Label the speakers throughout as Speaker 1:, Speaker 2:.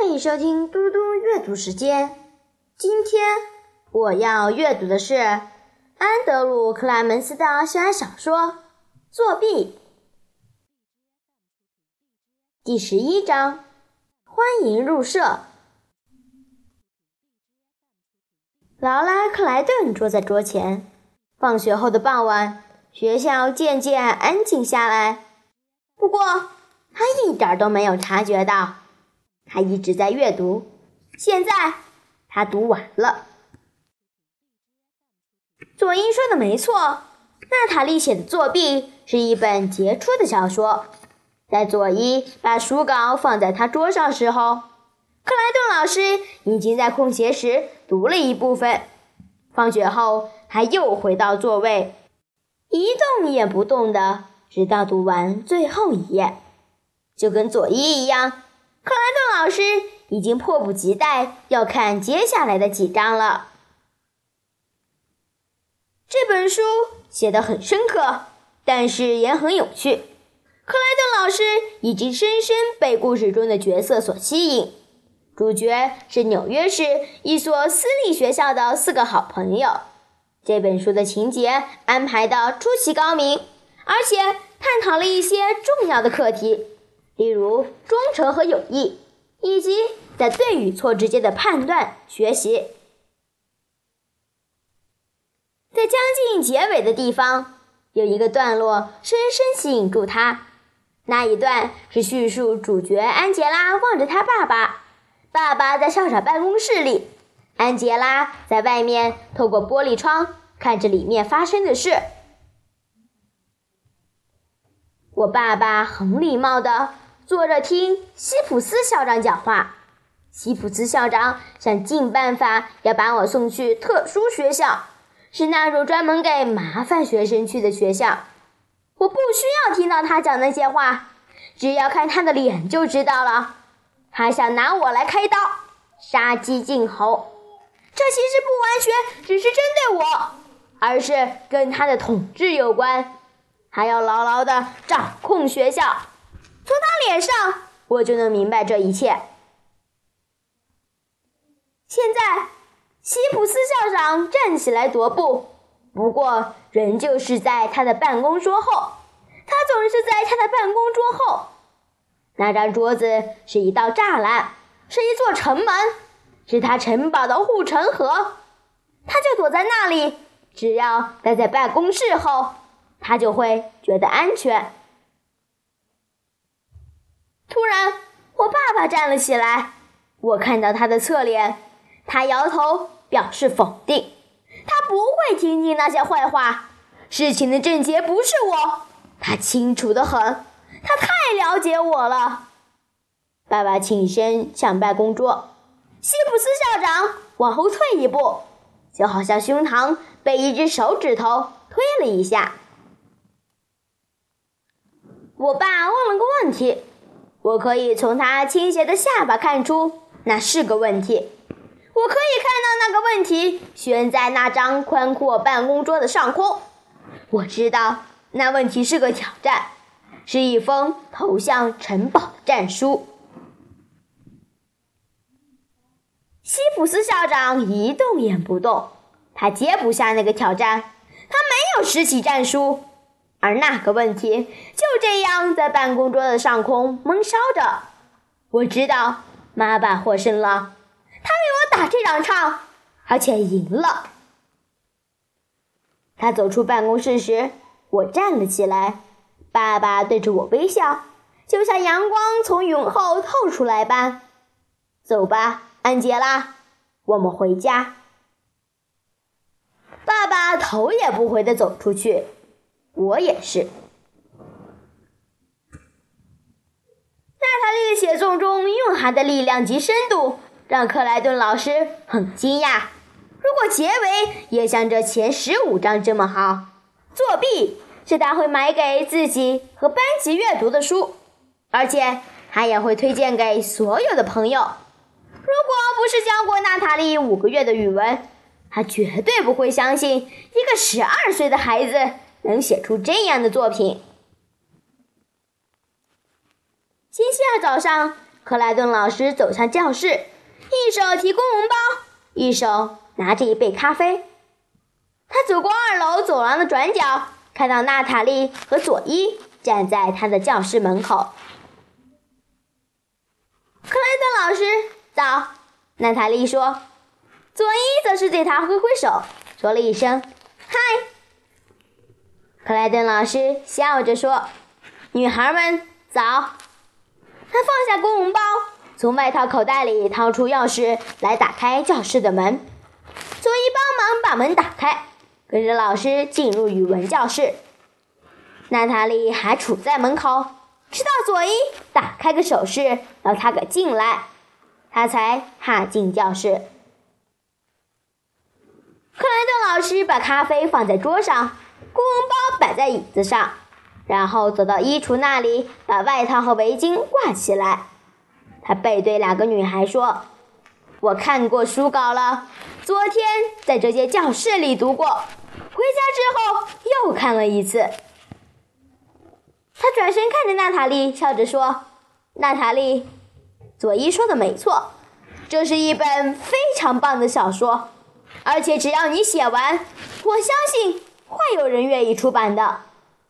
Speaker 1: 欢迎收听嘟嘟阅读时间。今天我要阅读的是安德鲁·克莱门斯的校园小说《作弊》第11章，欢迎入社。劳拉·克莱顿坐在桌前。放学后的傍晚，学校渐渐安静下来。不过他一点都没有察觉到，他一直在阅读。现在他读完了。佐伊说的没错，娜塔莉写的《作弊》是一本杰出的小说。在佐伊把书稿放在他桌上时候，克莱顿老师已经在空闲时读了一部分。放学后他又回到座位，一动也不动的，直到读完最后一页。就跟佐伊一样，克莱顿老师已经迫不及待要看接下来的几章了。这本书写得很深刻，但是也很有趣。克莱顿老师已经深深被故事中的角色所吸引。主角是纽约市一所私立学校的4个好朋友。这本书的情节安排得出奇高明，而且探讨了一些重要的课题，例如忠诚和友谊，以及在对与错之间的判断学习。在将近结尾的地方，有一个段落深深吸引住他。那一段是叙述主角安杰拉望着他爸爸在校长办公室里，安杰拉在外面透过玻璃窗看着里面发生的事。我爸爸很礼貌地坐着听西普斯校长讲话。西普斯校长想尽办法要把我送去特殊学校，是那种专门给麻烦学生去的学校。我不需要听到他讲那些话，只要看他的脸就知道了。他想拿我来开刀，杀鸡儆猴。这其实不完全只是针对我，而是跟他的统治有关。他要牢牢地掌控学校。从他脸上，我就能明白这一切。现在，西普斯校长站起来踱步，不过仍旧是在他的办公桌后。他总是在他的办公桌后。那张桌子是一道栅栏，是一座城门，是他城堡的护城河。他就躲在那里，只要待在办公室后，他就会觉得安全。突然，我爸爸站了起来，我看到他的侧脸，他摇头表示否定。他不会听进那些坏话，事情的症结不是我，他清楚得很，他太了解我了。爸爸起身向办公桌，西普斯校长往后退一步，就好像胸膛被一只手指头推了一下。我爸问了个问题，我可以从他倾斜的下巴看出那是个问题。我可以看到那个问题悬在那张宽阔办公桌的上空。我知道那问题是个挑战，是一封投向城堡的战书。西普斯校长一动也不动，他接不下那个挑战，他没有拾起战书，而那个问题就这样在办公桌的上空闷烧着。我知道妈爸获胜了，他为我打这场仗，而且赢了。他走出办公室时，我站了起来，爸爸对着我微笑，就像阳光从云后透出来般。走吧，安杰拉，我们回家。爸爸头也不回地走出去，我也是。娜塔莉的写作中蕴含的力量及深度让克莱顿老师很惊讶。如果结尾也像这前15章这么好，作弊是他会买给自己和班级阅读的书，而且他也会推荐给所有的朋友。如果不是教过娜塔莉5个月的语文，他绝对不会相信一个12岁的孩子能写出这样的作品。星期二早上， 克莱顿老师走向教室，一手提公文包，一手拿着一杯咖啡。他走过2楼走廊的转角，看到娜塔莉和佐伊站在他的教室门口。克莱顿老师，早，娜塔莉说。佐伊则是对他挥挥手，说了一声嗨。克莱顿老师笑着说，女孩们早。他放下公文包，从外套口袋里掏出钥匙来打开教室的门。佐伊帮忙把门打开，跟着老师进入语文教室。娜塔莉还杵在门口，直到佐伊打开个手势要她给进来，她才踏进教室。克莱顿老师把咖啡放在桌上，公文包摆在椅子上，然后走到衣橱那里，把外套和围巾挂起来。他背对2个女孩说，我看过书稿了，昨天在这间教室里读过，回家之后又看了一次。他转身看着娜塔莉，笑着说，娜塔莉，佐伊说的没错，这是一本非常棒的小说，而且只要你写完，我相信会有人愿意出版的。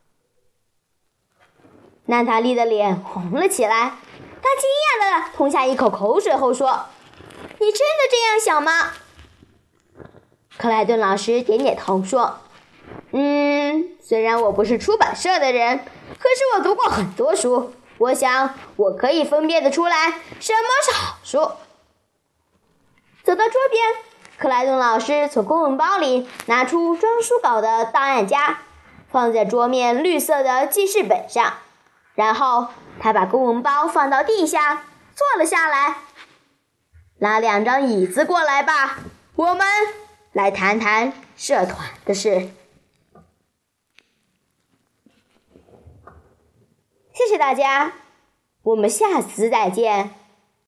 Speaker 1: 娜塔莉的脸红了起来，她惊讶地吞下一口口水后说，你真的这样想吗？克莱顿老师点点头说，虽然我不是出版社的人，可是我读过很多书，我想我可以分辨得出来什么是好书。走到桌边，克莱顿老师从公文包里拿出装书稿的档案夹，放在桌面绿色的记事本上，然后他把公文包放到地下，坐了下来。拉2张椅子过来吧，我们来谈谈社团的事。谢谢大家，我们下次再见。